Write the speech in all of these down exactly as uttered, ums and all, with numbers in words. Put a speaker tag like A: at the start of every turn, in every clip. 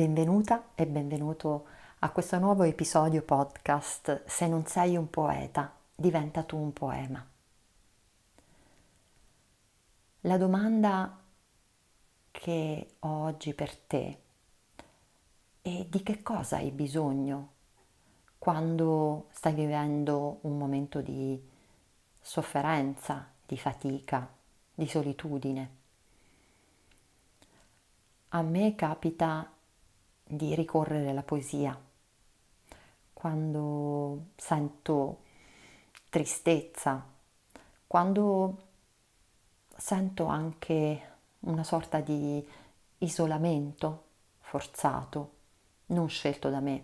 A: Benvenuta e benvenuto a questo nuovo episodio podcast Se non sei un poeta, diventa tu un poema. La domanda che ho oggi per te è: di che cosa hai bisogno quando stai vivendo un momento di sofferenza, di fatica, di solitudine? A me capita di ricorrere alla poesia quando sento tristezza, quando sento anche una sorta di isolamento forzato, non scelto da me.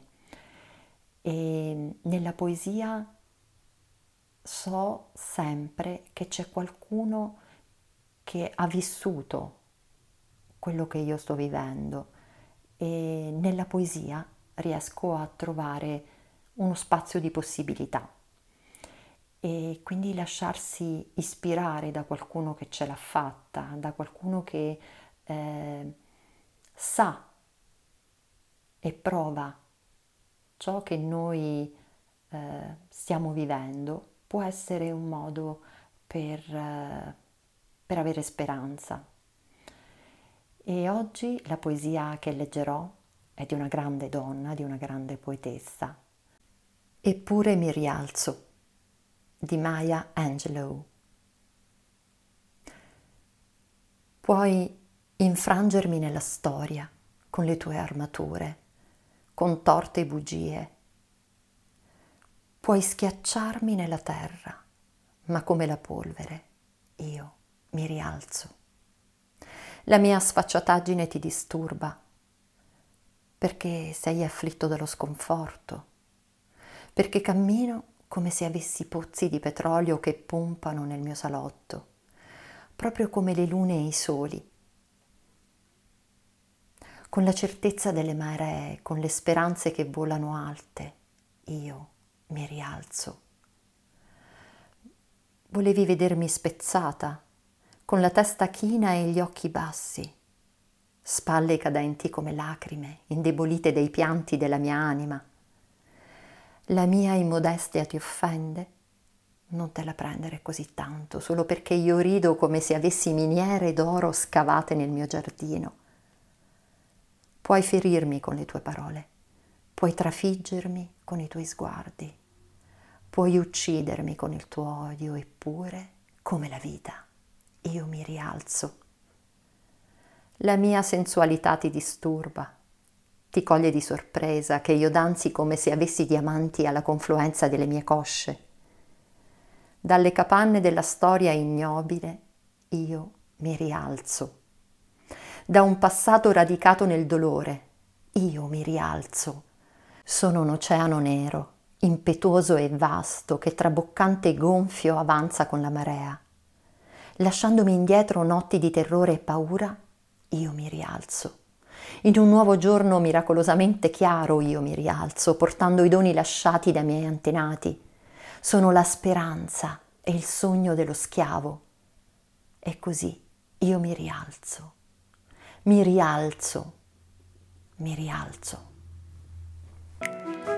A: E nella poesia so sempre che c'è qualcuno che ha vissuto quello che io sto vivendo e nella poesia riesco a trovare uno spazio di possibilità e quindi lasciarsi ispirare da qualcuno che ce l'ha fatta, da qualcuno che eh, sa e prova ciò che noi eh, stiamo vivendo, può essere un modo per, eh, per avere speranza. E oggi la poesia che leggerò è di una grande donna, di una grande poetessa. Eppure mi rialzo, di Maya Angelou. Puoi infrangermi nella storia con le tue armature, con torte bugie. Puoi schiacciarmi nella terra, ma come la polvere io mi rialzo. La mia sfacciataggine ti disturba, perché sei afflitto dallo sconforto, perché cammino come se avessi pozzi di petrolio che pompano nel mio salotto, proprio come le lune e i soli, con la certezza delle maree, con le speranze che volano alte, io mi rialzo. Volevi vedermi spezzata, con la testa china e gli occhi bassi, spalle cadenti come lacrime, indebolite dai pianti della mia anima. La mia immodestia ti offende? Non te la prendere così tanto, solo perché io rido come se avessi miniere d'oro scavate nel mio giardino. Puoi ferirmi con le tue parole, puoi trafiggermi con i tuoi sguardi, puoi uccidermi con il tuo odio, eppure, come la vita, io mi rialzo. La mia sensualità ti disturba, ti coglie di sorpresa che io danzi come se avessi diamanti alla confluenza delle mie cosce. Dalle capanne della storia ignobile io mi rialzo. Da un passato radicato nel dolore io mi rialzo. Sono un oceano nero, impetuoso e vasto, che traboccante e gonfio avanza con la marea. Lasciandomi indietro notti di terrore e paura, io mi rialzo. In un nuovo giorno miracolosamente chiaro io mi rialzo, portando i doni lasciati dai miei antenati. Sono la speranza e il sogno dello schiavo. E così io mi rialzo, mi rialzo, mi rialzo.